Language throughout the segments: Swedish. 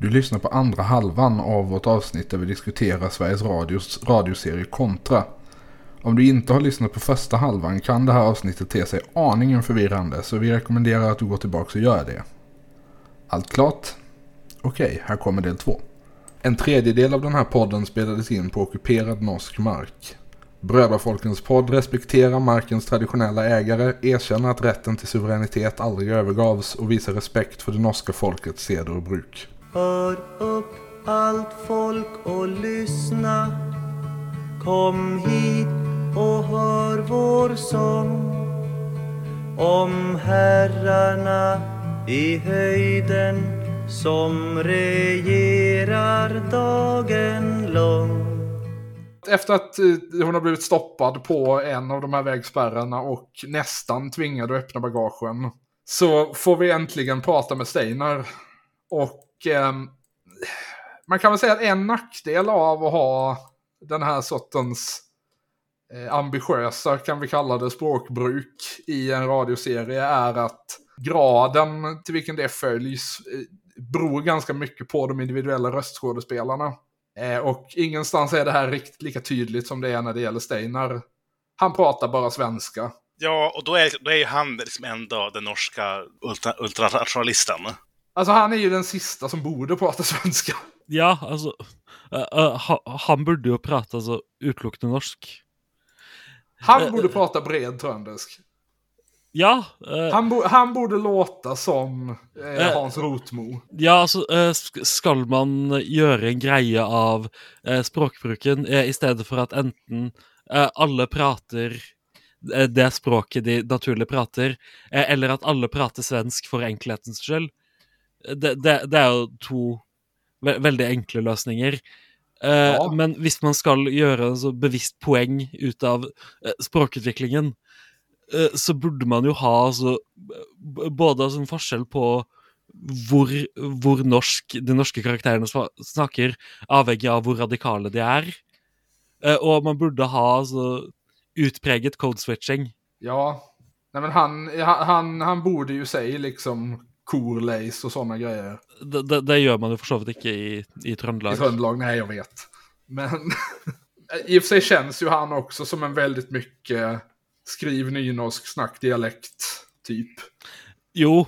Du lyssnar på andra halvan av vårt avsnitt där vi diskuterar Sveriges Radios radioserie Kontra. Om du inte har lyssnat på första halvan kan det här avsnittet te sig aningen förvirrande, så vi rekommenderar att du går tillbaka och gör det. Allt klart? Okej, här kommer del 2. En tredjedel av den här podden spelades in på ockuperad norsk mark. Brödrafolkens podd respekterar markens traditionella ägare, erkänner att rätten till suveränitet aldrig övergavs och visar respekt för det norska folkets seder och bruk. Hör upp allt folk och lyssna. Kom hit och hör vår sång om herrarna i höjden som regerar dagen lång. Efter att hon har blivit stoppad på en av de här vägspärrarna och nästan tvingad att öppna bagagen, så får vi äntligen prata med Steinar. Och man kan väl säga att en nackdel av att ha den här sortens ambitiösa, kan vi kalla det, språkbruk i en radioserie är att graden till vilken det följs beror ganska mycket på de individuella röstskådespelarna. Och ingenstans är det här riktigt lika tydligt som det är när det gäller Steinar. Han pratar bara svenska. Ja, och då är ju han liksom ändå den norska ultranationalisten. Alltså han är ju den sista som borde prata svenska. Ja, alltså han borde ju prata så utelukkende norsk. Han borde prata bred tröndisk. Ja. Han borde låta som Hans Rotmo. Ja, alltså skal man göra en greie av språkbruken i stedet för att enten alle prater det språket de naturligt prater, eller att alla prater svensk för enkelhetens skull. Det är ju två väldigt enkla lösningar. Ja. Men hvis man skal gjøre en så bevisst poäng ut av språkutvecklingen, så burde man ju ha altså, både en forskjell på hvor norsk de norske karakterene snakker, avhengig av hvor radikale de er. Og man burde ha altså, utpreget code-switching. Ja, nej, men han borde ju säga liksom korlace och sådana grejer. Det gör man ju för så vidt inte i Trøndelag. I Trøndelag, nej jag vet. Men i och för sig känns ju han också som en väldigt mycket skriv nynorsk snackdialekt typ. Jo,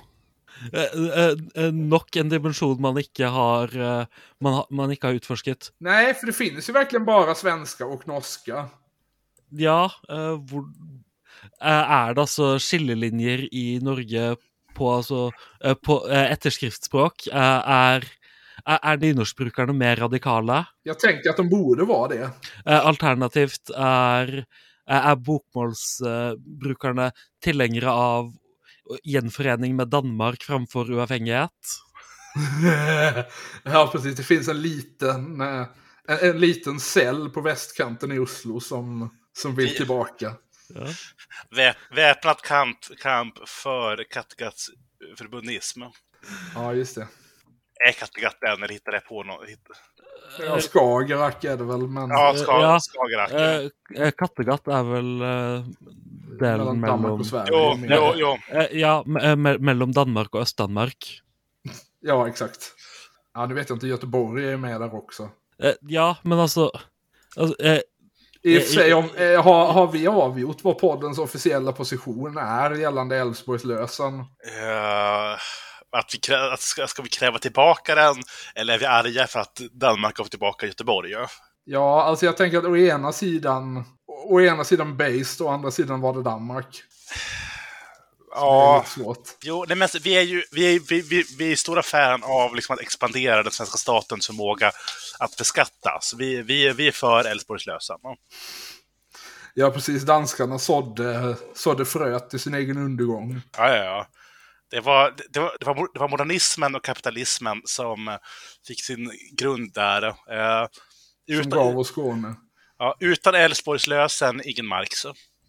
nok en dimension man inte har man inte har utforsket. Nej, för det finns ju verkligen bara svenska och norska. Ja, är det alltså skiljelinjer i Norge på etterskriftspråk? Är nynorskbrukerne mer radikala? Jag tänker att de borde vara det. Alternativt är bokmålsbrukerne tilhengere av gjenforening med Danmark framfor uavhengighet? Ja, precis. Det finns en liten cell på västkanten i Oslo som vill tillbaka. Ja. Väpnat kamp för Kattegats förbundism. Ja, just det. Är Kattegatt den eller hittar det på något? Ja, Skagerrak är det väl, men... Ja, Skagerrak. Kattegatt är väl delen Danmark och Sverige. Jo. Ja, mellan Danmark och Östdanmark. Ja, exakt. Ja, nu vet jag inte, Göteborg är med där också. Ja, men alltså i och för sig, har vi avgjort vad poddens officiella position är gällande Älvsborgslösen? Ska vi kräva tillbaka den? Eller är vi arga för att Danmark har fått tillbaka Göteborg? Ja, alltså jag tänker att å ena sidan based och å andra sidan var det Danmark. Ja, jo, nej, men vi är stora fan av liksom att expandera den svenska statens förmåga att beskatta. Så vi är för Älvsborgslösen. Ja, precis. Danskarna sådde fröet i sin egen undergång. Ja. Det var modernismen och kapitalismen som fick sin grund där. Som gav oss Skåne. Ja, utan Älvsborgslösen, ingen Marx.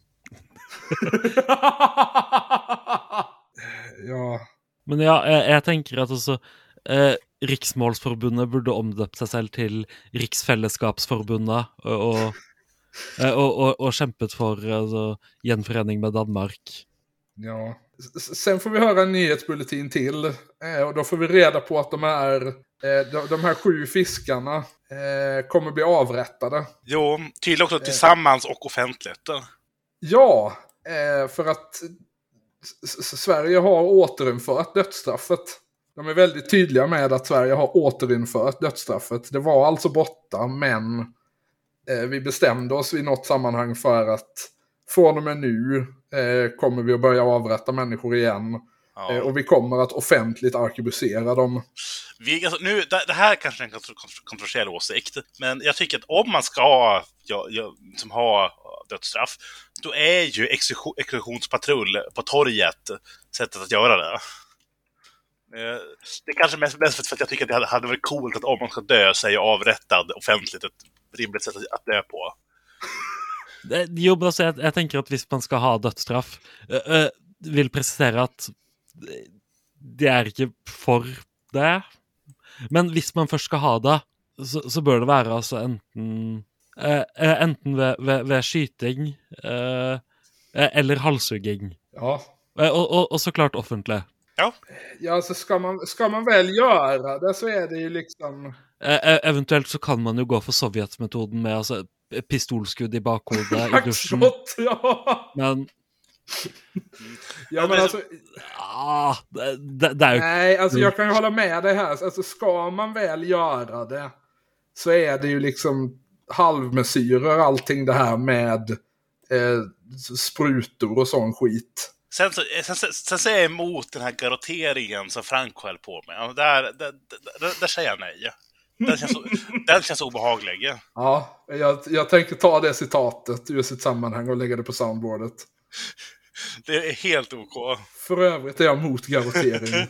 Ja. Men ja, jag tänker att också Riksmålsforbundet burde omdøpt seg selv til Riksfellesskapsforbundet og kjempet for gjenforening med Danmark. Ja. Sen får vi höra en nyhetsbulletin till. Och då får vi reda på att de här 7 fiskarna kommer bli avrättade. Jo, tydligen också tillsammans och offentligt. Ja, för att Sverige har återinfört dödsstraffet. De är väldigt tydliga med att Sverige har återinfört dödsstraffet. Det var alltså borta, men vi bestämde oss i något sammanhang för att från och med nu kommer vi att börja avrätta människor igen. Ja. Och vi kommer att offentligt arkebusera dem. Det här kanske är en kontroversiell åsikt, men jag tycker att om man ska ha dödsstraff, då är ju exekutionspatrull på torget sättet att göra det. Det är kanske mest för att jag tycker att det hade varit coolt att om man ska dö så är ju avrättad offentligt ett rimligt sätt att dö på. Jo, men altså, jeg tenker at hvis man skal ha dødsstraff, vil presisere at det er ikke for det. Men hvis man først skal ha det, så bør det være altså enten ved skyting eller halshugging. Ja. Og så klart offentlig. Ja. Ja, så ska man väl göra det så är det ju liksom... Eventuelt så kan man jo gå for Sovjet-metoden med altså, pistolskudd i bakhodet i dusjen. Ja. Men... Ja, men alltså... Det är ju... Nej, alltså jag kan ju hålla med dig här. Alltså ska man väl göra det så är det ju liksom halvmesyrer, allting det här med sprutor och sån skit. Sen så är jag emot den här garoteringen som Frank höll på med. Där säger jag nej. Den känns obehaglig. Ja, jag tänker ta det citatet ur sitt sammanhang och lägga det på soundboardet. Det är helt OK. För övrigt är jag mot garotering.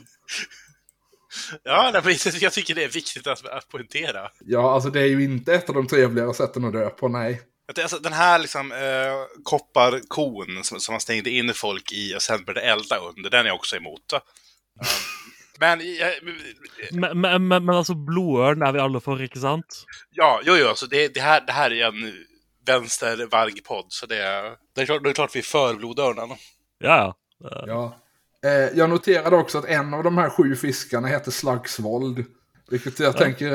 Ja, jag tycker det är viktigt att poängtera. Ja, alltså det är ju inte ett av de trevligare sätten att dö på, nej. Alltså, den här liksom, kopparkon som man stängde in folk i och sen började elda under, den är jag också emot. Men alltså blodörn är vi alla för, inte sant? Ja, så det här är en vänstervargpodd, så det är klart vi är för blodörnen. Ja. Jag noterade också att en av de här 7 fiskarna heter Slagsvold, vilket jag tänker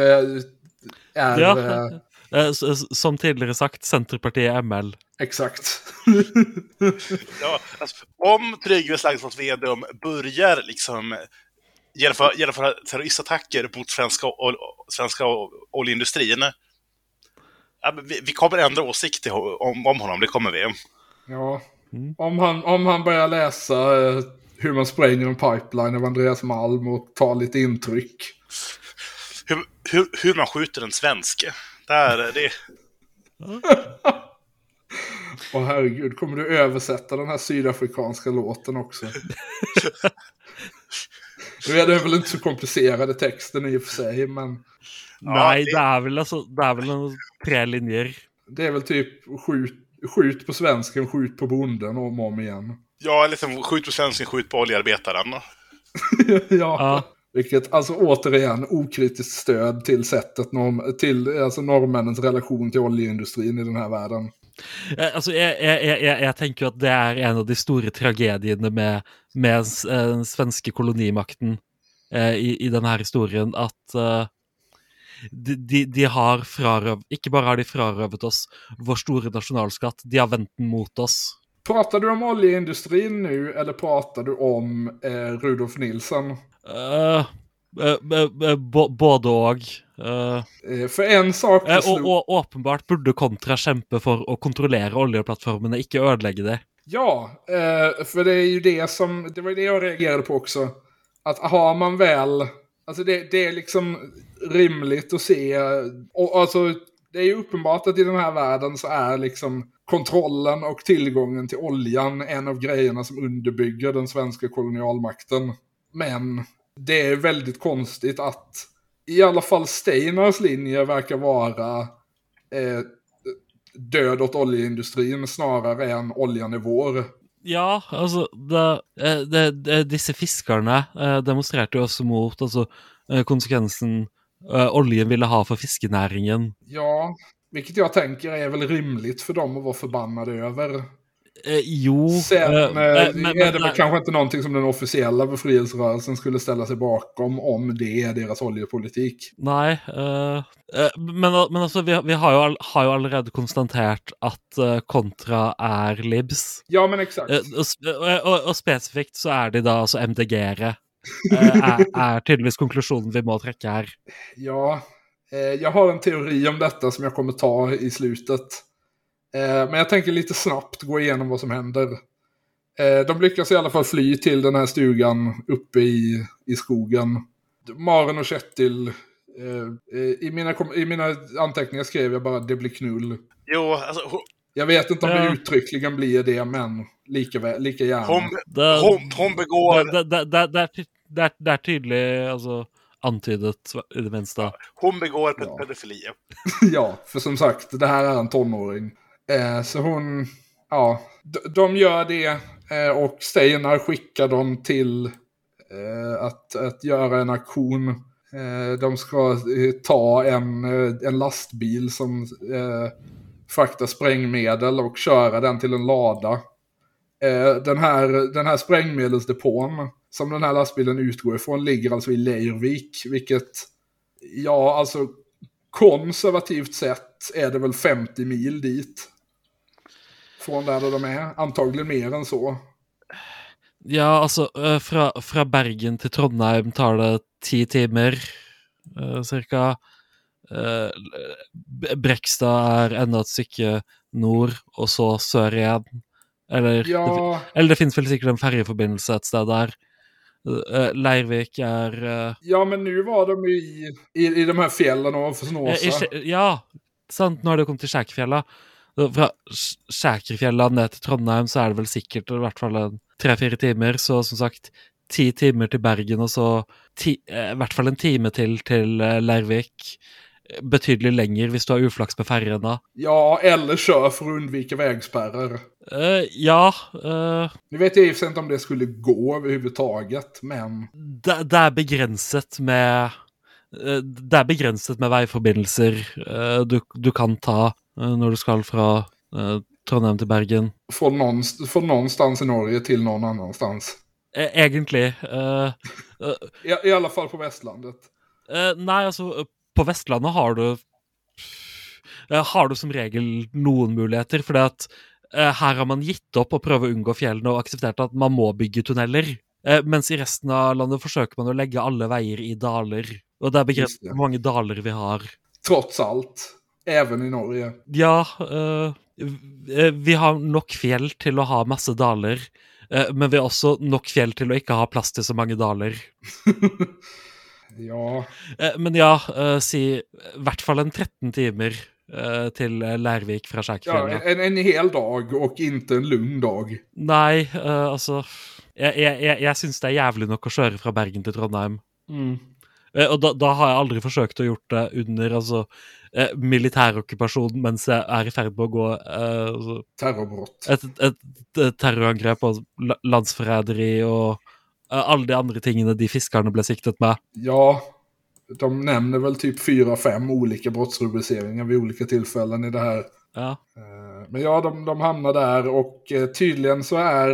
är som tidigare sagt, Centerpartiet ML. Exakt. Ja, alltså, om Tryggve Slagsvold Vedum börjar liksom genomföra terroristattacker mot svenska oljeindustrin, vi kommer ändra åsikt om honom, det kommer vi. Ja. Om han börjar läsa hur man spränger en pipeline av Andreas Malm och tar lite intryck. Hur man skjuter en svensk. Där är det. Åh herregud, kommer du översätta den här sydafrikanska låten också? Nu är det väl inte så komplicerade texten i och för sig, men... Nej, det är väl en 3 linjer. Det är väl typ skjut på svensken, skjut på bonden och om igen. Ja, liksom skjut på svensken, skjut på oljearbetaren. Ja. Vilket, alltså återigen, okritiskt stöd till sättet, till alltså norrmännens relation till oljeindustrin i den här världen. Alltså, jag tänker att det är en av de stora tragedierna med den svenska kolonimakten i den här historien, att de har inte bara har de frarövat oss vår stora nationalskatt, de har vänt den mot oss. Pratar du om oljeindustrin nu, eller pratar du om Rudolf Nilsson? Både och. För en sak... Och uppenbart borde Kontra kämpa för att kontrollera oljeplattformarna, inte ödelägga det. Ja, för det är ju det var det jag reagerade på också. Att har man väl... Alltså det är liksom rimligt att se... Och alltså, det är ju uppenbart att i den här världen så är liksom kontrollen och tillgången till oljan en av grejerna som underbygger den svenska kolonialmakten. Men det är väldigt konstigt att i alla fall Steinars linje verkar vara död åt oljeindustrin snarare än oljan är vår. Ja, alltså dessa fiskarna demonstrerade ju också mot alltså, konsekvensen oljen ville ha för fiskenäringen. Ja, vilket jag tänker är väl rimligt för dem att vara förbannade över. Jo. Sen är det väl nej. kanske inte någonting som den officiella befrielserörelsen skulle ställa sig bakom om det är deras oljepolitik. Nej, men alltså vi har ju allerede konstatert at Kontra er Libs. Ja, men exakt. Og spesifikt så er de da altså MDG-ere. Er tydeligvis konklusjonen vi må trekke her. Ja, jag har en teori om detta som jag kommer ta i slutet. Men jag tänker lite snabbt gå igenom vad som händer. De lyckas i alla fall fly till den här stugan uppe i skogen. Maren och Kjetil, i mina anteckningar skrev jag bara det blir knull. Jo, alltså... Jag vet inte om det uttryckligen blir det, men lika gärna. Hon begår... Det er tydelig, altså, antydet i det minste. Hon begår pedofili. Ja, för som sagt, det här är en tonåring. Så hon... Ja, de gör det och Steinar skickar dem till att göra en aktion. De ska ta en lastbil som fraktar sprängmedel och köra den till en lada. Den här sprängmedelsdepån som den här lastbilen utgår ifrån ligger alltså i Leirvik, vilket, ja, alltså konservativt sett är det väl 50 mil dit från där de är, antagligen mer än så. Ja, altså, fra Bergen til Trondheim tar det 10 timer, cirka. Brekstad er enda et stykke nord, og så sør igjen. Eller det finnes vel sikkert en ferjeforbindelse et sted der. Leirvik er... Ja, men nu var de i de här fjällen ovanför Snåsa. Ja, sant, nå har det kommet til Skjækerfjella. Fra Skjækerfjella ned til Trondheim så er det vel sikkert i hvert fall 3-4 timer, så som sagt 10 timer til Bergen, og så i hvert fall en time til Leirvik. Betydligt längre hvis du har uflaks med färgerna. Ja, eller kör för att undvika vägspärrar. Ja. Nu vet jag inte om det skulle gå överhuvudtaget, men... Det är begränsat med... Det är begränsat med vägförbindelser du kan ta när du ska från Trondheim till Bergen. Från någonstans i Norge till någon annanstans. Egentligen. I alla fall på Västlandet. Nej, alltså... På Vestlandet har du som regel noen muligheter, fordi at her har man gitt opp å prøve å unngå fjellene og akseptert at man må bygge tunneler. Mens i resten av landet forsøker man å legge alle veier i daler. Og det er begrenset hvor mange daler vi har. Trots allt, även i Norge. Ja, vi har nok fjell til å ha masse daler, men vi har også nok fjell til å ikke ha plass til så mange daler. Ja. Men ja, si i hvert fall en 13 timer till Leirvik fra Skjækerfjella. Ja, en hel dag och inte en lugn dag. Nej, alltså jag syns det är jävligt nog att köra från Bergen till Trondheim. Och då har jag aldrig försökt att gjort det under alltså militärockupation mens jag är i färd med att gå terrorbrott. Ett terrorangrepp och landsförräderi och alla de andra tingene de fiskarna blev siktet med. Ja, de nämner väl typ 4-5 olika brottsrubriceringar vid olika tillfällen i det här. Ja. Men ja, de hamnar där och tydligen så är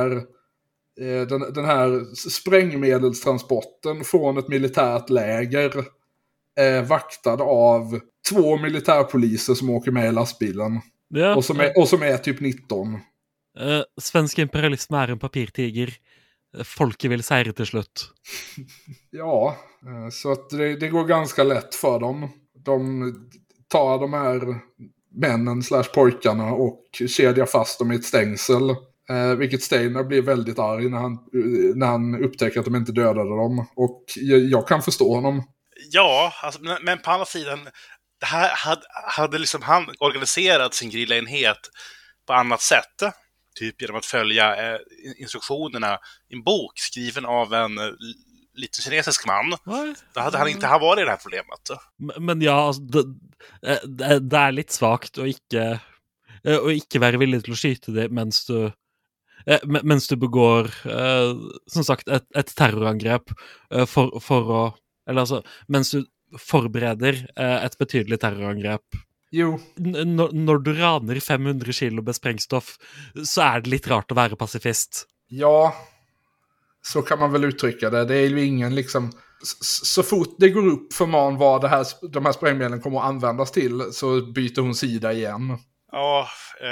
den här sprängmedelstransporten från ett militärt läger vaktad av 2 militärpoliser som åker med i lastbilen. Ja. Och som är typ 19. Svensk imperialism är en papirtiger. Folket vill säga till slut. Ja, så att det går ganska lätt för dem. De tar de här männen / pojkarna och kedjar fast dem i ett stängsel. Vilket Steinar blir väldigt arg när han upptäcker att de inte dödade dem. Och jag kan förstå honom. Ja, alltså, men på andra sidan, det här hade liksom han organiserat sin grillaenhet på annat sätt. Typ genom att följa instruktionerna i en bok skriven av en liten kinesisk man. Då hade han inte varit i det här problemet. Men ja, alltså, det är lite svagt att inte vara villig till att skjuta det mens du begår som sagt ett terrorangrepp för att, eller alltså mens du förbereder ett betydligt terrorangrepp. Jo. Når du raner 500 kilo med sprengstoff, så är det lite rart att vara pacifist. Ja, så kan man väl uttrycka det. Det är ju ingen liksom... Så fort det går upp för man vad de här sprängmedlen kommer att användas till, så byter hon sida igen. Ja,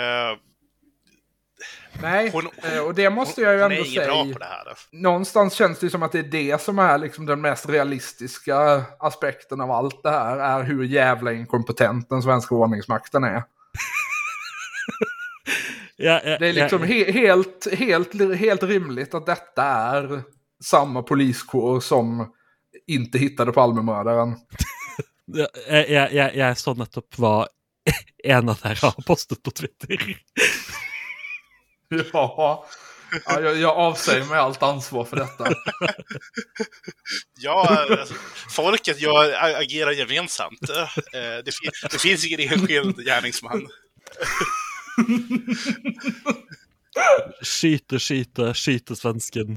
Nej, och det måste jag ju ändå säga. Hon är bra på det här. Någonstans känns det som att det är det som är liksom den mest realistiska aspekten av allt det här, är hur jävla inkompetent den svenska ordningsmakten är. Det är liksom helt rimligt att detta är samma poliskår som inte hittade Palmemördaren. Jag så nettopp vad en av er har postat på Twitter. Ja, jag avsäger mig allt ansvar för detta. Ja, alltså, folket agerar gemensamt. Det finns ingen enskild gärningsman. Skyte svensken.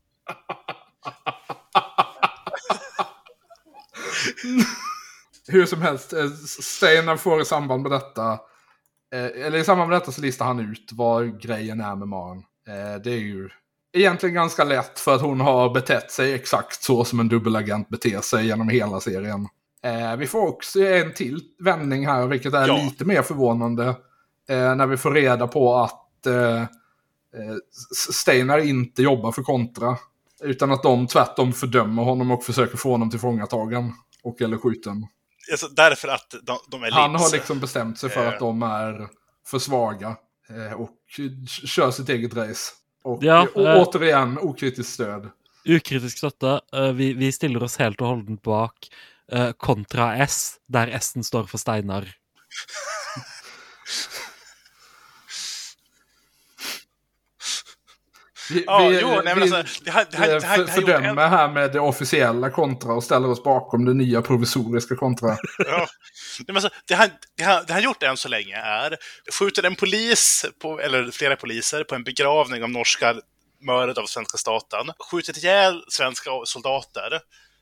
Hur som helst, Steinar får i samband med detta, eller i samband med detta så listar han ut vad grejen är med Maren. Det är ju egentligen ganska lätt, för att hon har betett sig exakt så som en dubbelagent beter sig genom hela serien. Vi får också en till vändning här, vilket är lite mer förvånande, när vi får reda på att Steinar inte jobbar för Kontra, utan att de tvärtom fördömer honom och försöker få honom till fångatagen och eller skjuten. Alltså, därför att de är Han har liksom bestämt sig för att de är för svaga och kör sitt eget race. Och återigen okritiskt stöd. Ukritisk stötta. Vi ställer oss helt och hållet bak Kontra S, där S'en står för Steinar. Vi fördömer här med det officiella Kontra och ställer oss bakom det nya provisoriska Kontra. Ja. Det han gjort än så länge är skjuter en polis eller flera poliser på en begravning av norska mördet av svenska staten, skjutit ihjäl svenska soldater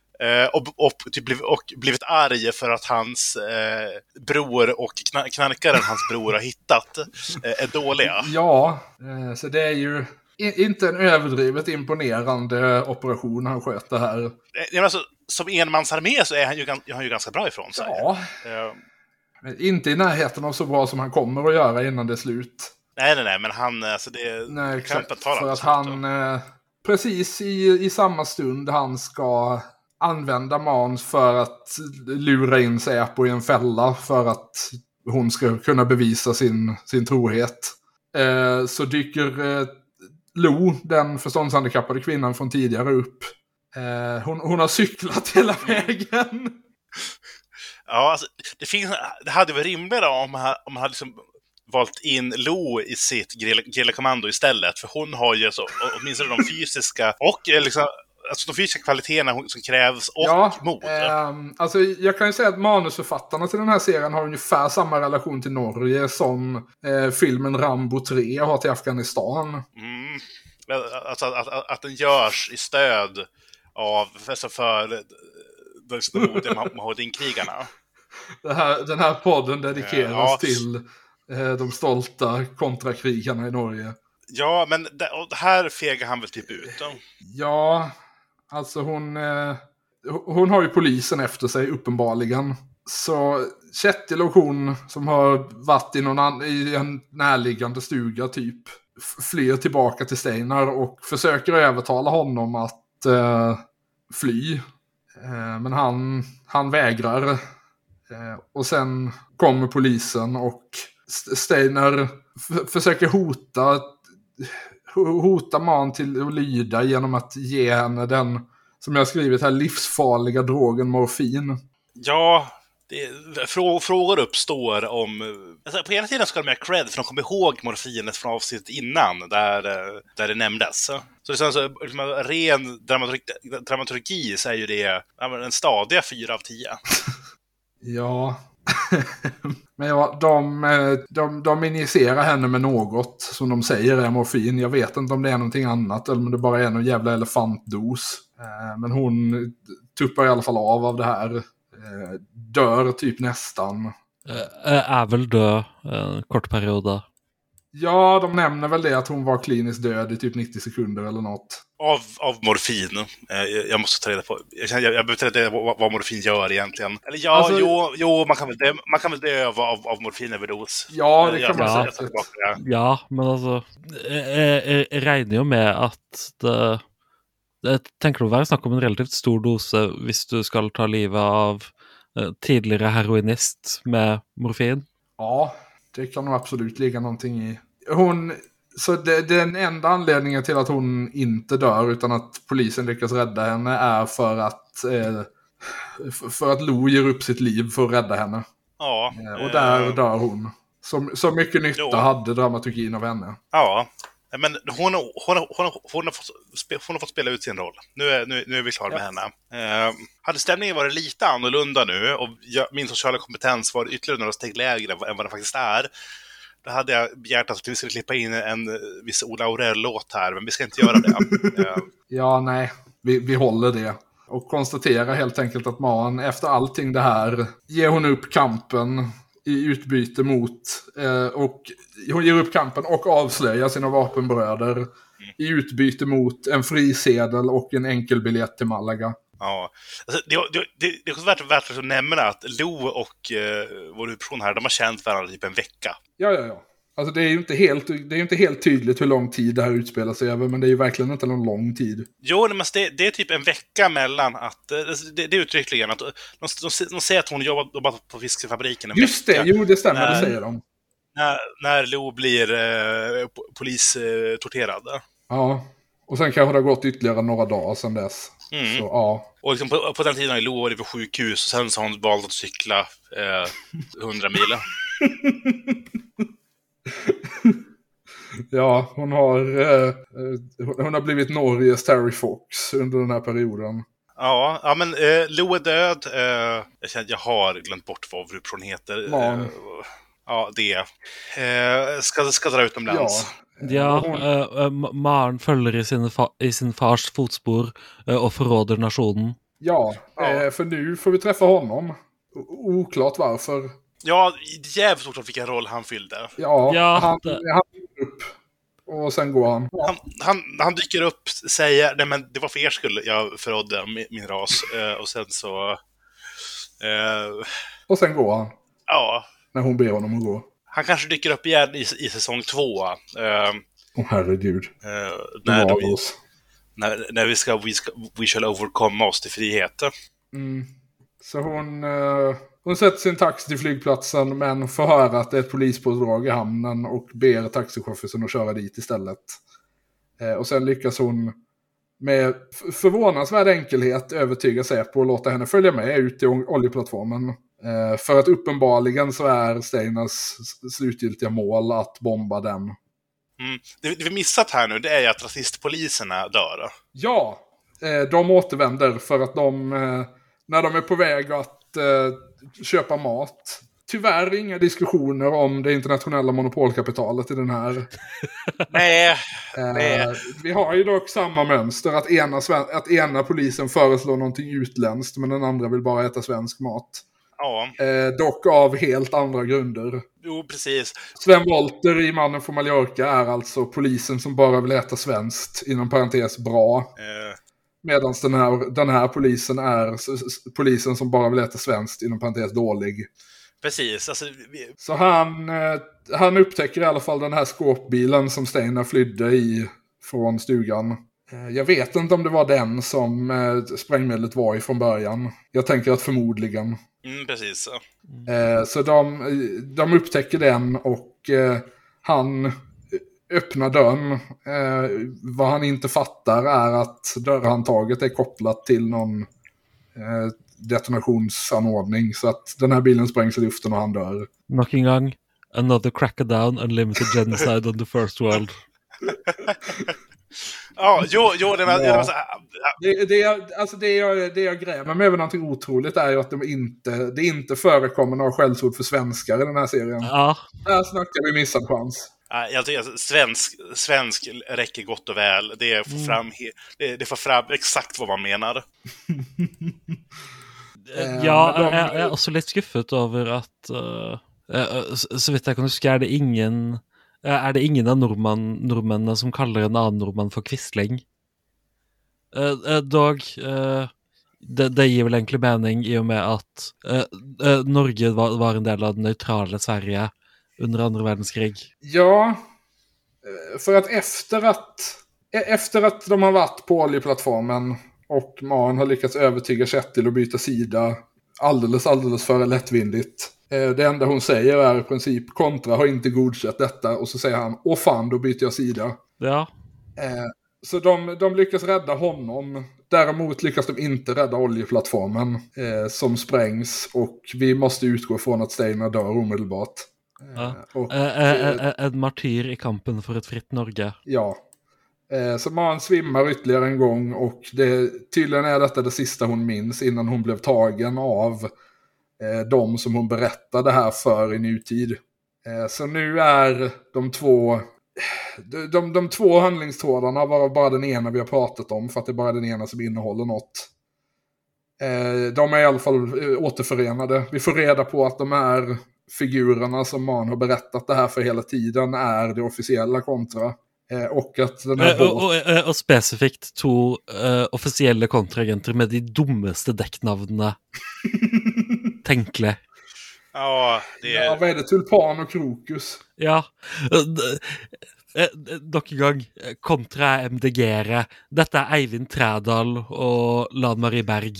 och blivit arg för att hans bror och knarkaren hans bror har hittat är dåliga. Ja, så det är ju inte en överdrivet imponerande operation han sköter här. Alltså, som enmansarmé så är han ju ganska bra ifrån sig. Ja. Inte i närheten av så bra som han kommer att göra innan det är slut. Nej, men han... Alltså nej, exakt. För att han... precis i samma stund han ska använda Mans för att lura in Säpo i en fälla för att hon ska kunna bevisa sin trohet, så dyker Lo, den förståndshandikappade kvinnan från tidigare, upp. Hon har cyklat hela vägen. Ja, alltså, det hade varit rimligare om man hade liksom valt in Lo i sitt grilla-kommando istället. För hon har ju åtminstone de fysiska och liksom, alltså de fysiska kvaliteterna som krävs och mod. Alltså jag kan ju säga att manusförfattarna till den här serien har ungefär samma relation till Norge som filmen Rambo 3 har till Afghanistan. Alltså att den görs i stöd av för de Mahmoudin-krigarna. Den här podden dedikeras till de stolta kontrakrigarna i Norge. Ja, men det här fegar han väl typ ut då? Ja, alltså hon har ju polisen efter sig uppenbarligen. Så Kjetil och hon som har varit i en närliggande stuga typ flyr tillbaka till Steinar och försöker övertala honom att fly. Men han vägrar. Och sen kommer polisen och Steinar försöker hota Man till att lyda genom att ge henne den, som jag skrivit här, livsfarliga drogen morfin. Ja, frågor uppstår om... Alltså, på ena tiden ska de ha cred för de kommer ihåg morfinet från avsnittet innan där det nämndes. Så det är så ren dramaturgi så är ju det en stadiga 4 av 10. Ja. Men ja, de injicerar henne med något som de säger är morfin. Jag vet inte om det är någonting annat eller om det bara är någon jävla elefantdos. Men hon tuppar i alla fall av det här. Dör typ nästan. är väl död en kort period. Ja, de nämner väl det att hon var kliniskt död i typ 90 sekunder eller något. Av morfin. Jag måste ta reda på. Jag behöver ta reda på vad morfin gör egentligen. Eller ja, Alltså, jo, man kan väl dö av morfinöverdos. Ja, det kan man ja. säga. Ja, men altså jeg regner jo med at jeg tenker det å være snakk om en relativt stor dose hvis du skal ta livet av tidligere heroinist med morfin. Ja, det kan nog absolut ligga någonting i. Så den enda anledningen till att hon inte dör utan att polisen lyckas rädda henne är för att Lou ger upp sitt liv för att rädda henne. Ja. Och där dör hon. Så mycket nytta hade dramaturgin av henne. Ja, men hon har fått spela ut sin roll. Nu är vi klara med henne. Hade stämningen varit lite annorlunda nu och min sociala kompetens var ytterligare några steg lägre än vad den faktiskt är, då hade jag begärt att vi skulle klippa in en viss Ola Aurell-låt här, men vi ska inte göra det. Ja, nej. Vi håller det. Och konstaterar helt enkelt att man efter allting det här ger hon upp kampen i utbyte mot och hon ger upp kampen och avslöjar sina vapenbröder i utbyte mot en frisedel och en enkelbiljett till Malaga. Ja, alltså, det är också värt att nämna att Lou och vår huvudperson här, de har känt varandra typ en vecka. Ja. Alltså det är ju inte helt tydligt hur lång tid det här utspelar sig över, men det är ju verkligen inte någon lång tid. Jo, men det är typ en vecka mellan att det är uttryckligen att de säger att hon jobbar på fiskfabriken en Just vecka. det, jo det stämmer, det säger de. När Lou blir polistorterad. Ja, och sen kanske det har gått ytterligare några dagar sedan dess. Så ja. Och liksom på den tiden har Lou varit på sjukhus och sen så har hon valt att cykla 100 mil. Ja, hon har blivit Norges Terry Fox under den här perioden. Ja, men Lou är död. Jag känner att jag har glömt bort vad huvudpersonen heter. Ja, det. Ska dra utomlands. Ja, Maren følger i sin fars fotspor og forråder nasjonen. Ja, för nu får vi träffa honom. Oklart varför. Ja, jävligt oklart vilken roll han fyllde. Ja, han dyker upp och sen går han. Han dyker upp, säger nej men det var för er skull jag förrådde min ras. Och sen så... Och sen går han. Ja. När hon ber honom att gå. Han kanske dyker upp igen i säsong 2. Herregud. När vi shall overcome oss till frihet. Så hon sätter sin taxi till flygplatsen men får höra att det är ett polispådrag i hamnen och ber taxichauffören att köra dit istället. Och sen lyckas hon med förvånansvärd enkelhet övertyga Säpo och låta henne följa med ut till oljeplattformen. För att uppenbarligen så är Steiners slutgiltiga mål att bomba den. Det vi missat här nu, det är ju att rasistpoliserna dör. Ja, de återvänder för att när de är på väg att köpa mat. Tyvärr inga diskussioner om det internationella monopolkapitalet i den här. Nej. Vi har ju dock samma mönster att ena polisen föreslår någonting utländskt men den andra vill bara äta svensk mat. Ja. Dock av helt andra grunder. Jo, precis. Sven Wollter i Mannen från Mallorca är alltså polisen som bara vill äta svenskt, inom parentes bra. Medan den här polisen är polisen som bara vill äta svenskt, inom parentes dålig. Precis. Alltså, Så han upptäcker i alla fall den här skåpbilen som Steiner flydde i från stugan. Jag vet inte om det var den som sprängmedlet var i från början. Jag tänker att förmodligen. Precis. Så de upptäcker den och han öppnar dörren. Vad han inte fattar är att dörrhandtaget är kopplat till någon detonationsanordning så att den här bilen sprängs i luften och han dör. Nok en gang, another crackdown, unlimited genocide on the first world. Ja, jo, det var så här. Det jag grämer med någonting otroligt är ju att det inte förekommer några skällsord för svenskar i den här serien. Ja. Här snackar vi missad chans. Jag tycker att svensk räcker gott och väl. Det får fram exakt vad man menar. Jeg er også litt skuffet over at så vidt jeg kan huske, er det ingen av nordmennene som kaller en annen nordmann for Quisling. Dog det gir vel egentlig mening i og med at Norge var en del av det neutrale Sverige under andra världskrig. Ja, för att efter att de har varit på oljeplattformen och Man har lyckats övertyga Kjetil att byta sida alldeles för lättvindigt. Det enda hon säger är i princip Kontra har inte godkänt detta, och så säger han åh fan, då byter jag sida. Ja. Så de lyckas rädda honom. Däremot lyckas de inte rädda oljeplattformen som sprängs, och vi måste utgå från att Steinar dör omedelbart. En martyr i kampen för ett fritt Norge. Ja. Så Man svimmar ytterligare en gång, och tydligen är detta det sista hon minns innan hon blev tagen av de som hon berättade här för i nutid. Så nu är de två handlingstrådarna, var bara den ena vi har pratat om, för att det är bara den ena som innehåller något. De är i alla fall återförenade. Vi får reda på att de här figurerna som Man har berättat det här för hela tiden är det officiella Kontra. Och att den här och specifikt två officiella kontraagenter med de dummaste däcknavnena tänkliga. Ja, vad är det? Tulpan och Krokus. Ja. Nok en gang, Kontra MDG-ere. Dette er Eivind Trædal og Lan Marie Berg.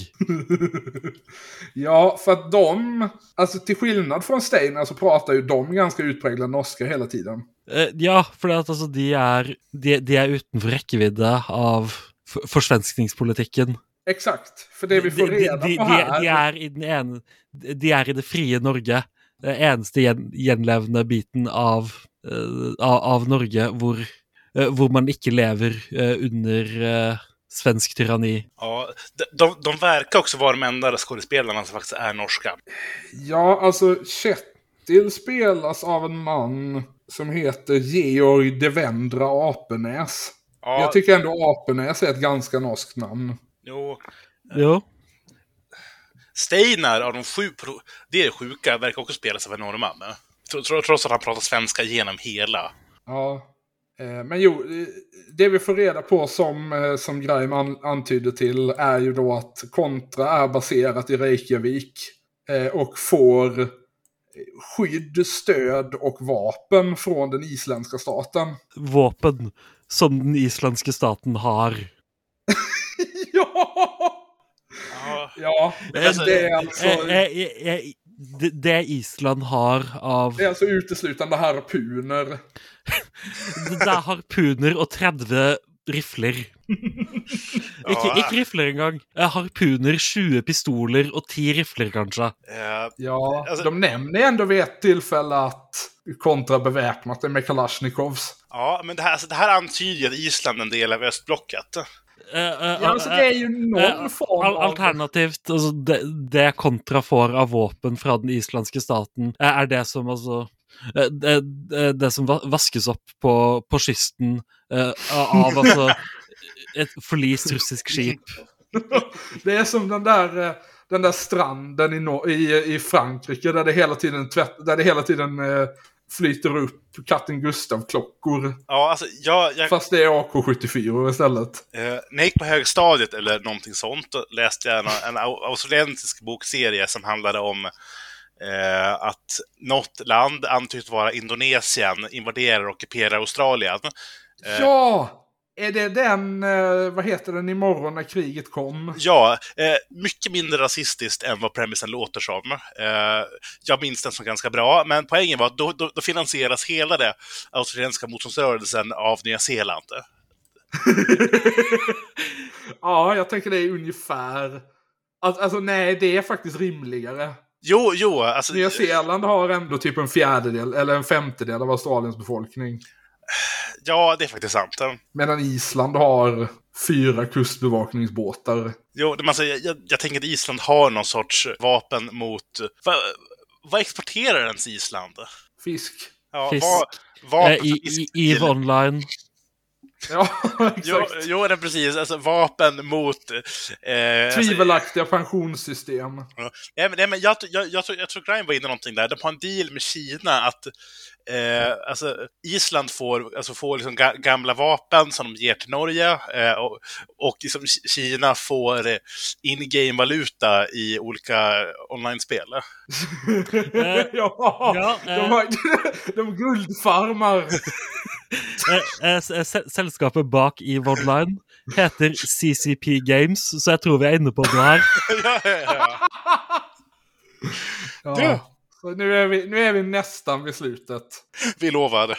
Ja, för att alltså till skillnad från Steinar så pratar ju de ganska utpräglad norska hela tiden. Ja, för att alltså, de är utanför räckvidde av forsvenskningspolitikken. Exakt, för det vi får reda på här... De är i det fria Norge. Det eneste gjenlevende biten av Norge hvor man ikke lever under svensk tyranni. Ja, de verkar också vara de enda skådespelarna som faktiskt är norska. Ja, alltså Kjetil spelas av en man som heter Georg Devendra Apenäs. Ja. Jag tycker ändå Apenäs är ett ganska norskt namn. Jo. Steinar av de 7, det är sjuka, verkar också spelas av en norrman. Trots att han pratar svenska genom hela. Ja, men det vi får reda på som Greiman antyder till är ju då att Kontra är baserat i Reykjavik och får skydd, stöd och vapen från den isländska staten. Vapen som den isländska staten har. Ja, det är alltså... Det Island har av... Det är alltså uteslutande harpuner. Det är harpuner och 30 riffler. Ikke riffler engang. Harpuner, 20 pistoler och 10 riffler kanske. Ja, alltså, de nämner ändå vid ett tillfälle att Kontra beväpnat det med Kalashnikovs. Ja, men det här antyder att Island är en del av östblocket. Alltså det är ju någon form av... Alternativt, alltså det Kontra får av vapen från den isländska staten är det som alltså det som vaskes upp på kysten av alltså ett förlist russisk skip. Det är som den där stranden i Frankrike där det hela tiden flyter upp Katten Gustav-klockor. Ja, alltså fast det är AK-74 istället. När jag gick på högstadiet eller någonting sånt läste jag en australiensisk bokserie som handlade om att något land antytt vara Indonesien invaderar och ockuperar Australien. Ja! Är det den, vad heter den, Imorgon när kriget kom? Ja, mycket mindre rasistiskt än vad premissen låter som. Jag minns den som ganska bra, men poängen var att då finansieras hela det australienska motståndsrörelsen av Nya Zeeland. Ja, jag tänker det är ungefär... Alltså nej, det är faktiskt rimligare. Jo, alltså... Nya Zeeland har ändå typ en fjärdedel eller en femtedel av Australiens befolkning. Ja, det är faktiskt sant. Medan Island har 4 kustbevakningsbåtar. Jo, men alltså, jag tänker att Island har någon sorts vapen mot... Vad exporterar ens Island? Fisk. Ja, Fisk. Vapen EVE Online. Ja, exakt. Jo, det är precis. Alltså vapen mot... Tvivelaktiga pensionssystem. Men jag tror Grime var inne någonting där. De har en deal med Kina att alltså, Island får liksom gamla vapen som de ger till Norge och liksom Kina får in-game-valuta i olika online-spel. De guldfarmar. Selskapet bak EVE Online heter CCP Games, så jag tror vi är inne på det här. Ja. Så nu är vi nästan vid slutet. Vi lovar.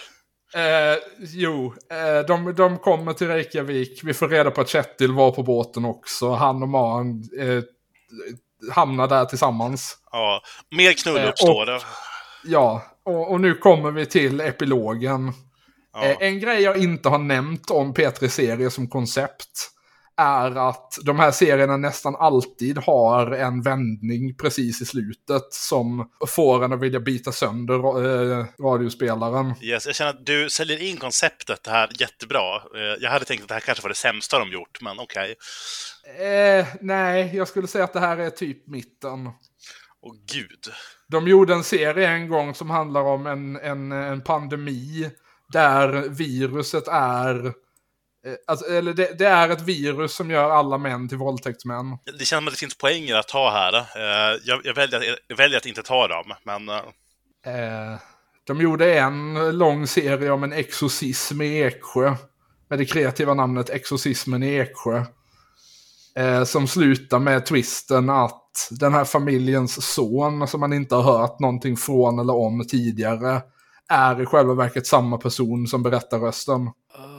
De kommer till Reykjavik. Vi får reda på att Kjetil var på båten också. Han och Man hamnar där tillsammans. Ja, mer knull uppstår det. Ja, och nu kommer vi till epilogen. Ja. En grej jag inte har nämnt om P3-serier som koncept är att de här serierna nästan alltid har en vändning precis i slutet som får en att vilja bita sönder radiospelaren. Yes, jag känner att du säljer in konceptet det här jättebra. Jag hade tänkt att det här kanske var det sämsta de gjort, men okej. Nej, jag skulle säga att det här är typ mitten. Åh gud. De gjorde en serie en gång som handlar om en pandemi där viruset är... eller det är ett virus som gör alla män till våldtäktsmän. Det känns som att det finns poänger att ta här. Jag väljer att inte ta dem, men... De gjorde en lång serie om en exorcism i Eksjö. Med det kreativa namnet Exorcismen i Eksjö. Som slutar med twisten att den här familjens son som man inte har hört någonting från eller om tidigare är i själva verket samma person som berättar rösten.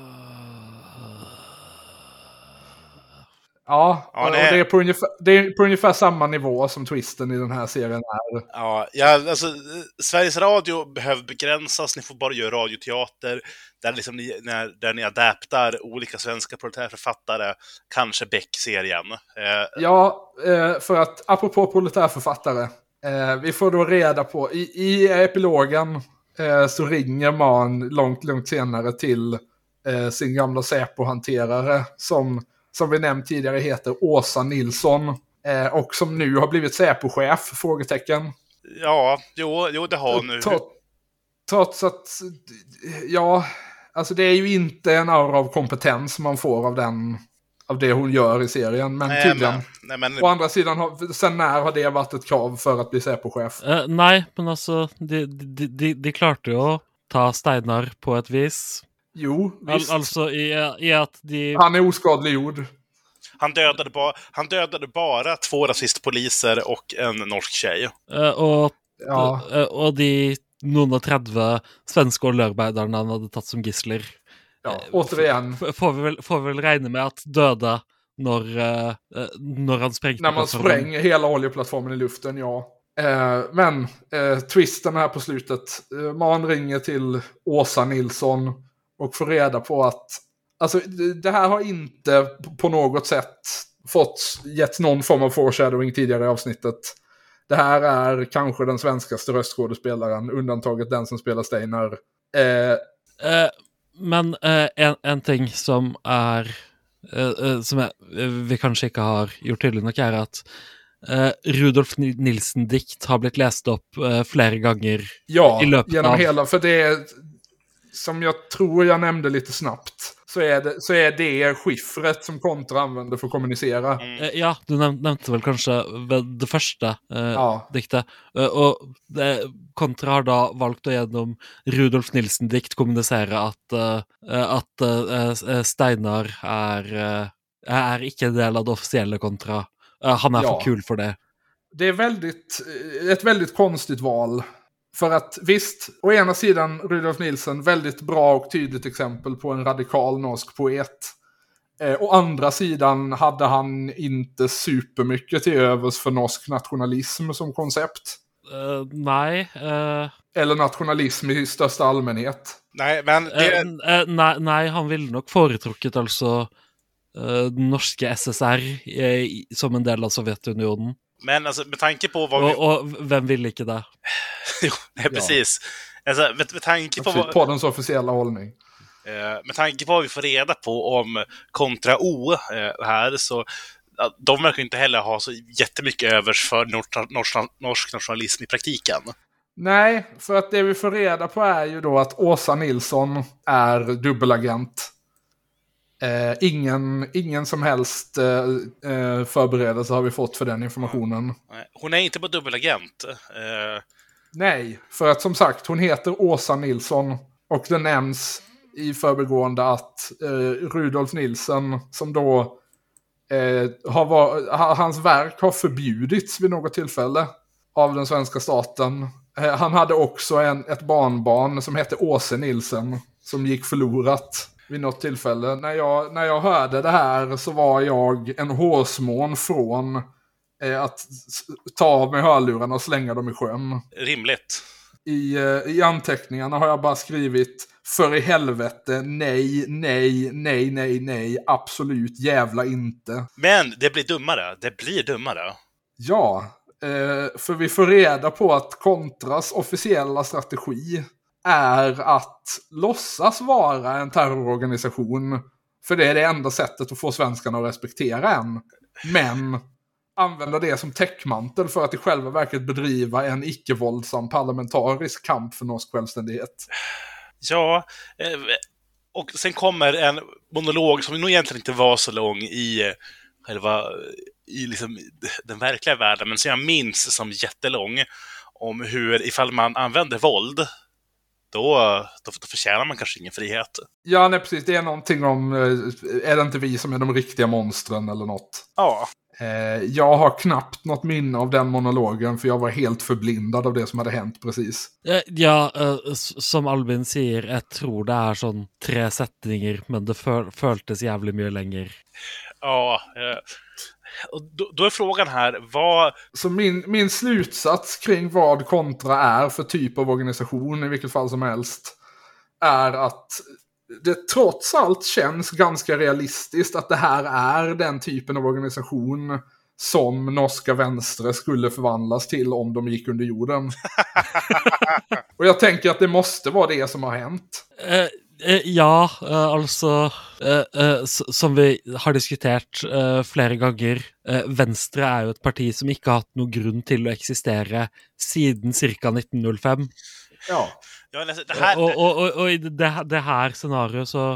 Ja, och det är på ungefär samma nivå som twisten i den här serien är. Ja, alltså Sveriges Radio behöver begränsas. Ni får bara göra radioteater där, liksom där ni adaptar olika svenska proletärförfattare, kanske Beck-serien. Ja, för att apropå proletärförfattare, vi får då reda på i epilogen så ringer man långt senare till sin gamla Säpo-hanterare som vi nämnt tidigare heter Åsa Nilsson och som nu har blivit Säpo-chef, frågetecken. Ja, jo det har hon nu. Trots att, ja, alltså det är ju inte en aura av kompetens man får av det hon gör i serien, men tydligen. Å andra sidan, sen när har det varit ett krav för att bli Säpo-chef? Nej, men alltså, de klarte ju att ta Steinar på ett vis. Jo, visst. Alltså i att de... Han är oskadliggjord. Han dödade bara 2 rasistpoliser och en norsk tjej. Och de noen og 30 svenske oljearbeiderne han hade tagit som gissler. Ja, återigen. Får vi väl räkna med att döda när han sprängde. När man spränger hela oljeplattformen i luften, ja. Men twisten här på slutet. Man ringer till Åsa Nilsson och får reda på att alltså, det här har inte på något sätt gett någon form av foreshadowing tidigare i avsnittet. Det här är kanske den svenskaste röstskådespelaren, undantaget den som spelar Steinar. Men en ting som vi kanske inte har gjort tydligt nog är att Rudolf Nilsen-dikt har blivit läst upp flera gånger i löpet genom hela, för det som jag tror jag nämnde lite snabbt så är det skiffret som Kontra använder för att kommunicera. Ja, du nämnde väl kanske det första diktet. Och Kontra har då valt att genom Rudolf Nilsen-dikt kommunicera att Steinar är inte en del av det officiella Kontra. Han är för kul för det. Det är ett väldigt konstigt val. För att visst, å ena sidan Rudolf Nilsen, väldigt bra och tydligt exempel på en radikal norsk poet. Å andra sidan hade han inte supermycket till övers för norsk nationalism som koncept. Nej. Eller nationalism i största allmänhet. Nej, men nej, han ville nog företrucket alltså norska SSR som en del av Sovjetunionen. Men alltså med tanke på vad och vem vill inte det? Jo, nej, precis. Alltså med tanke på poddens officiella hållning. Med tanke på vad vi får reda på om kontra O här, så de verkar inte heller ha så jättemycket övers för norsk nationalism i praktiken. Nej, för att det vi får reda på är ju då att Åsa Nilsson är dubbelagent. Ingen som helst förberedelse har vi fått för den informationen. Hon är inte på dubbelagent. Nej, för att som sagt, hon heter Åsa Nilsson och det nämns i förbigående att Rudolf Nilsson, som då hans verk har förbjudits vid något tillfälle av den svenska staten. Han hade också ett barnbarn som hette Åse Nilsson som gick förlorat vid något tillfälle. När jag hörde det här så var jag en hårsmån från att ta av mig hörlurarna och slänga dem i sjön. Rimligt. I anteckningarna har jag bara skrivit: för i helvete, nej, absolut jävla inte. Men det blir dummare. Ja, för vi får reda på att Contras officiella strategi är att låtsas vara en terrororganisation, för det är det enda sättet att få svenskarna att respektera en. Men använda det som täckmantel för att i själva verket bedriva en icke-våldsam parlamentarisk kamp för norsk självständighet. Ja, och sen kommer en monolog som nog egentligen inte var så lång i liksom den verkliga världen, men som jag minns som jättelång, om hur ifall man använder våld, då förtjänar man kanske ingen frihet. Ja, nej, precis. Det är någonting om, är det inte vi som är de riktiga monstren eller något? Ja. Jag har knappt något minne av den monologen, för jag var helt förblindad av det som hade hänt precis. Ja, som Albin säger, jag tror det är sån 3 sättningar, men det føltes jävligt mycket längre. Ja, och då är frågan här, vad... Så min slutsats kring vad Contra är för typ av organisation, i vilket fall som helst, är att det trots allt känns ganska realistiskt att det här är den typen av organisation som norska vänstre skulle förvandlas till om de gick under jorden. Och jag tänker att det måste vara det som har hänt. Ja, alltså som vi har diskuterat flera gånger, Venstre är ju ett parti som inte har haft någon grund till att existera sedan cirka 1905. Ja. Det här... Och i det här scenariot så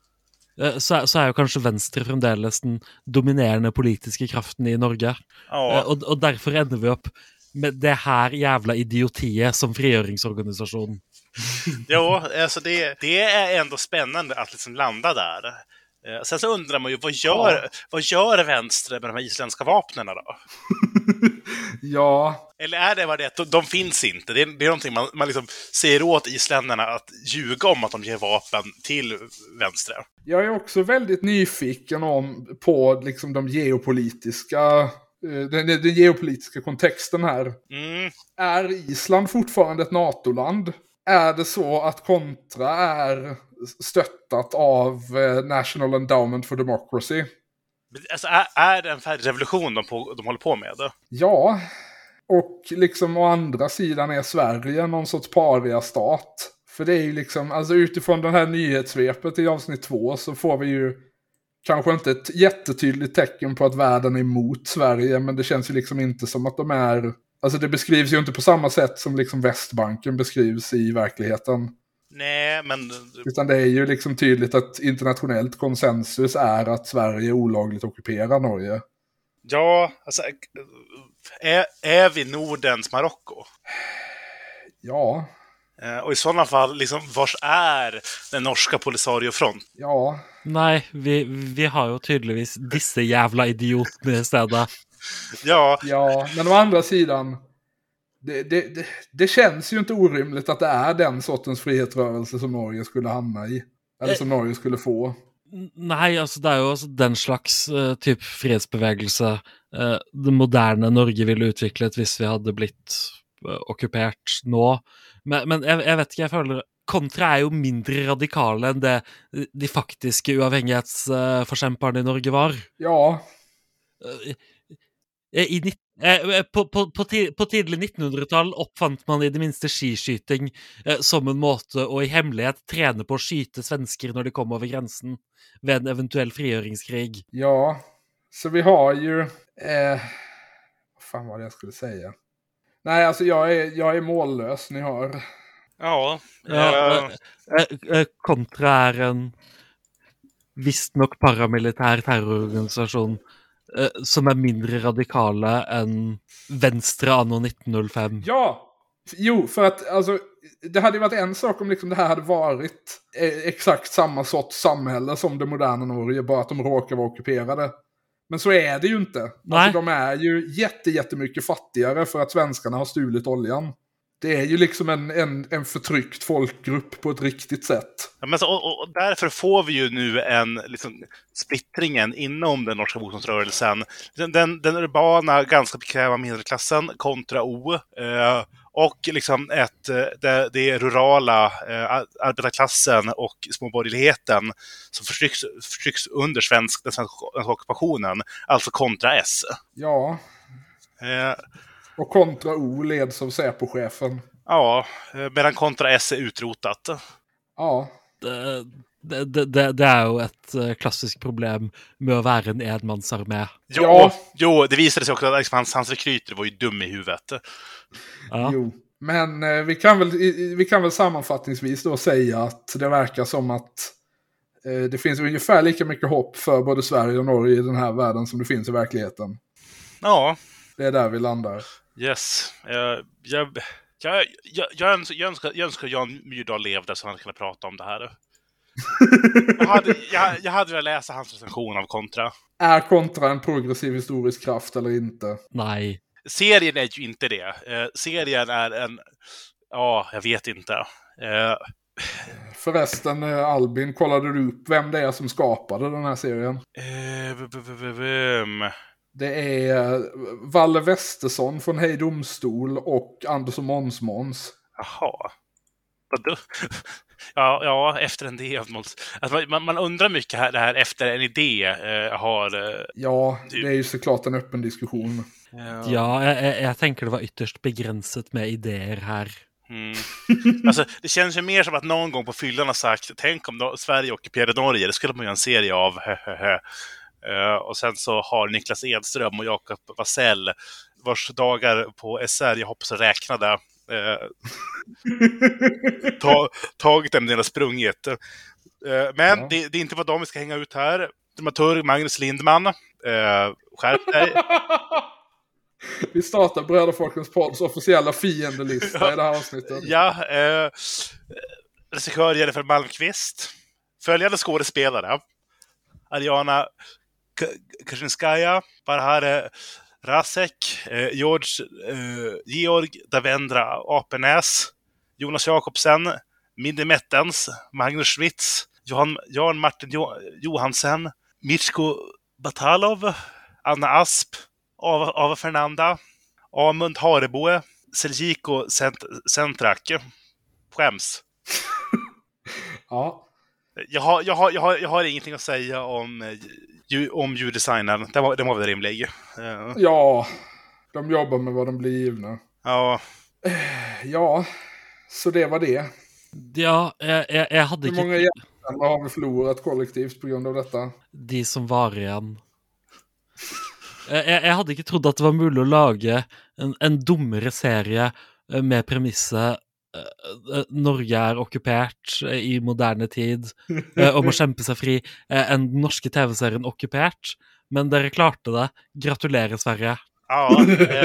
är ju kanske Venstre fremdeles den dominerande politiska kraften i Norge. Ja. Och därför ender vi upp med det här jävla idiotiet som frigjøringsorganisation. Ja, alltså det är ändå spännande att liksom landa där. Sen så undrar man ju, vad gör Venstre med de här isländska vapnen då? Ja. Eller är det bara det att de finns inte? Det är någonting man liksom säger åt isländarna att ljuga om att de ger vapen till Venstre. Jag är också väldigt nyfiken på liksom den geopolitiska kontexten här. Mm. Är Island fortfarande ett NATO-land? Är det så att Contra är stöttat av National Endowment for Democracy? Alltså är det en färdig revolution de håller på med? Ja, och liksom å andra sidan är Sverige någon sorts paria-stat. För det är ju liksom, alltså utifrån den här nyhetssvepet i avsnitt 2 så får vi ju kanske inte ett jättetydligt tecken på att världen är emot Sverige, men det känns ju liksom inte som att de är... Alltså det beskrivs ju inte på samma sätt som liksom Västbanken beskrivs i verkligheten. Nej, men... Utan det är ju liksom tydligt att internationellt konsensus är att Sverige olagligt ockuperar Norge. Ja, alltså... Är vi Nordens Marocko? Ja. Och i sådana fall, liksom, vars är den norska Polisario-front? Ja. Nej, vi har ju tydligvis dessa jävla idioter istället. Ja, men å andra sidan, det känns ju inte orimligt att det är den sortens frihetsrörelse som Norge skulle hamna i. Eller som Norge skulle få. Nej, alltså det är ju alltså den slags typ fredsbevegelse det moderna Norge ville utvecklat hvis vi hade blivit ockuperat nå. Men jag vet inte, jag följer Contra är ju mindre radikala än det de faktiska uavhängighetsforkämparna i Norge var. Ja. I På tidlig 1900-tall oppfant man i det minste skiskyting som en måte å i hemmelighet trene på å skyte svensker når de kom over grensen ved en eventuell frigjøringskrig. Ja, så vi har ju... vad fan var det jag skulle säga? Nej, alltså jag är mållös, ni hör. Ja. Kontra er en visstnok paramilitær terrororganisasjon som är mindre radikala än Venstre anno 1905. Ja! Jo, för att alltså, det hade ju varit en sak om liksom det här hade varit exakt samma sorts samhälle som det moderna Norge, bara att de råkar vara ockuperade. Men så är det ju inte. Alltså, de är ju jättemycket fattigare för att svenskarna har stulit oljan. Det är ju liksom en förtryckt folkgrupp på ett riktigt sätt. Ja, men och därför får vi ju nu en liksom, splittringen inom den norska motståndsrörelsen. Den urbana, ganska bekväma medelklassen kontra och liksom det rurala arbetarklassen och småborgerligheten som förtrycks under den svenska ockupationen, alltså kontra S. Ja. Och kontra O leds av Säpo-chefen. Ja, medan kontra S är utrotat. Ja. Det är ju ett klassiskt problem med att vara en enmansarmé. Jo, det visade sig också att hans rekryter var ju dum i huvudet. Ja. Jo, men vi kan väl sammanfattningsvis då säga att det verkar som att det finns ungefär lika mycket hopp för både Sverige och Norge i den här världen som det finns i verkligheten. Ja. Det är där vi landar. Yes. Jag önskar Jan Myrdal levde så han kunde prata om det här. Jag hade velat läsa hans recension av Kontra. Är Kontra en progressiv historisk kraft eller inte? Nej. Serien är ju inte det. Serien är en... Ja, jag vet inte. Förresten, Albin, kollade du upp vem det är som skapade den här serien? Det är Valle Westesson från Hej Domstol och Anders och Måns. Jaha. Ja, efter en idé. Alltså man undrar mycket det här efter en idé har... Ja, det är ju såklart en öppen diskussion. Ja, jag tänker det var ytterst begränsat med idéer här. Alltså, det känns ju mer som att någon gång på fyllan har sagt tänk om Sverige ockuperade Norge, det skulle man göra en serie av. Och sen så har Niklas Edström och Jakob Vassell vars dagar på SR jag hoppas att räknade tagit dem när de sprungit. Men det är inte vad de ska hänga ut här. Dramaturg Magnus Lindman, skärp dig. Vi startar Bröderfolkens podds officiella fiendelista i det här avsnittet. Ja, regissör Jennifer Malmqvist. Följande skådespelare: Ariana Kaczynskaja, Barhare Rasek, Georg Davendra Apenäs, Jonas Jakobsen, Mindy Mettens, Magnus Schwitz, Jan Martin Johansen, Mitchko Batalov, Anna Asp, Ava Fernanda, Amund Hareboe, Sergiko Centrak. Skäms. Ja. Jag har ingenting att säga om ljuddesignen. Den var väl rimlig. Ja, de jobbar med vad de blir givna. Ja. Ja, så det var det. Ja, jag hade Hur många hjärtan har vi förlorat kollektivt på grund av detta? De som var igen. Jag hade inte trott att det var möjligt att laga en dummare serie med premisset Norge är ockuperat i moderne tid och må kjempe sig fri en norske tv-serien Occuperat, men dere klarte det. Gratulerer, Sverige. Ja,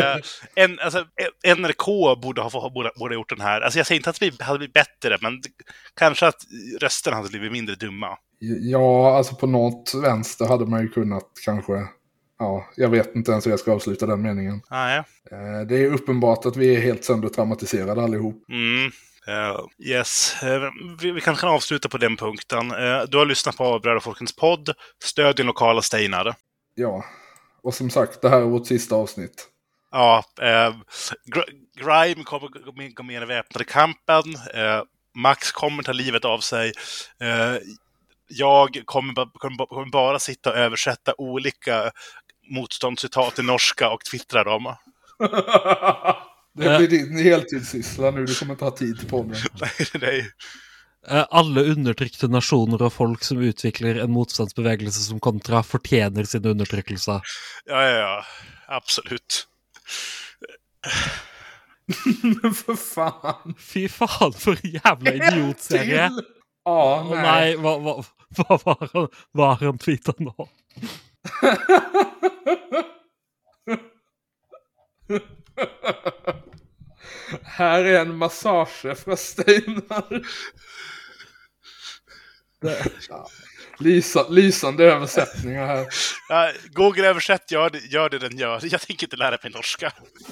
NRK borde ha gjort den här. Alltså jag säger inte att vi hade blivit bättre, men kanske att rösterna hade blivit mindre dumma. Ja, alltså på något vänster hade man ju kunnat kanske... Ja, jag vet inte ens hur jag ska avsluta den meningen. Nej. Det är uppenbart att vi är helt söndertraumatiserade allihop. Yes. Vi kanske kan avsluta på den punkten. Du har lyssnat på Bröderfolkens podd. Stöd din lokala Steinar. Ja, och som sagt, det här är vårt sista avsnitt. Ja, Grime kommer gå med i den väpnade kampen. Max kommer ta livet av sig. Jag kommer bara sitta och översätta olika motståndscitat i norska och twittrar dem. Det blir din heltidssyssla nu, du kommer inte ha tid på mig. Nej. Alle undertrykte nasjoner og folk som utvikler en motstandsbevegelse som kontra fortjener sin undertrykkelse. Ja, absolut. Men för fan. Fy faen, for jævla idiotserie. Ja, nej. Hva var han tweetet nå? Här är en massage från Steinar. Lysande översättningar här. Ja, Google-översätt gör det den gör. Jag tänker inte lära mig norska.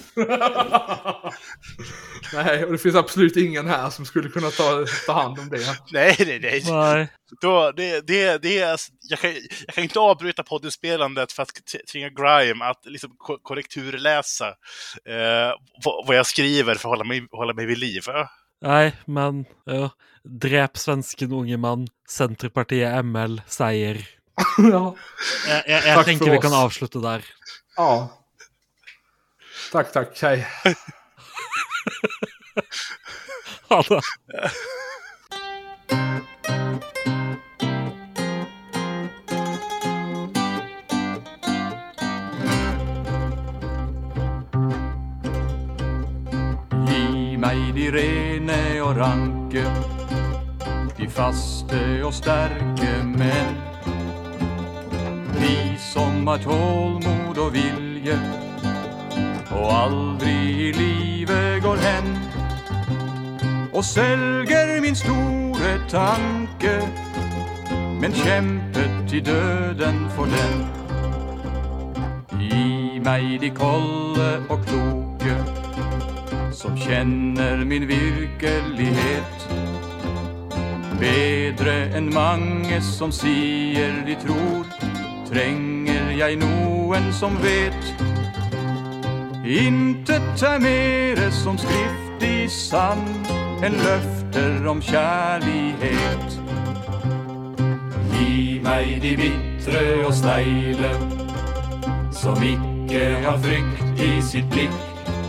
Nej, och det finns absolut ingen här som skulle kunna ta hand om det. Nej. Då, jag kan inte avbryta poddinspelandet för att tvinga Grime att liksom korrekturläsa vad jag skriver för att hålla mig vid liv. Nej, men drep svensken unge man, Centerpartiet ML seier. Ja. Jeg tenker vi kan avslutte der. Ja. Tack, hej. Ha det. Gi mig de rene og ranke, de faste og sterke menn, de som har tålmod og vilje, og aldri i livet går hen, og selger min store tanke, men kjempet til døden for den. Gi meg de kolde og kloke, som kjenner min virkelighet, bedre enn mange som sier de tror, trenger jeg noen som vet. Intet er mere som skriftig sann enn løfter om kjærlighet. Gi meg de bittre og steile, som ikke har frykt i sitt blikk.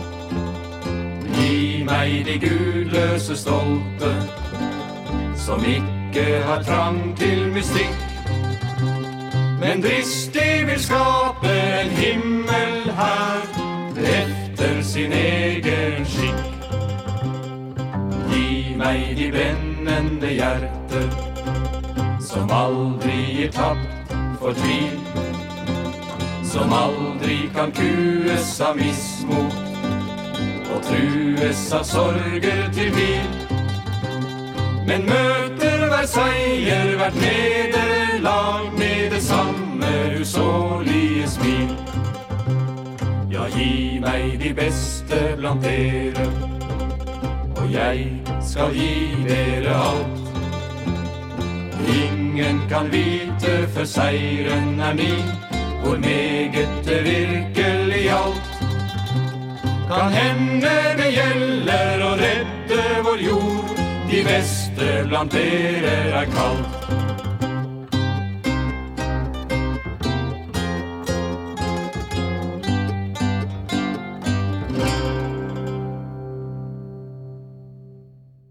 Gi meg de gudløse stolte, som ikke har trang til mystikk, men dristig vil skape en himmel her, efter sin egen skikk. Gi meg de brennende hjerter, som aldri gir tapt for tvil, som aldri kan kues av mismot, og trues av sorger til hvil, men møter hver seier, hvert nederlag med det samme usårlige smil. Ja, gi meg de beste blant dere, og jeg skal gi dere alt. Ingen kan vite før seieren er min, hvor meget det virkelig alt. Kan hende det gjelder å redde vår jord, de beste blant dere er kaldt.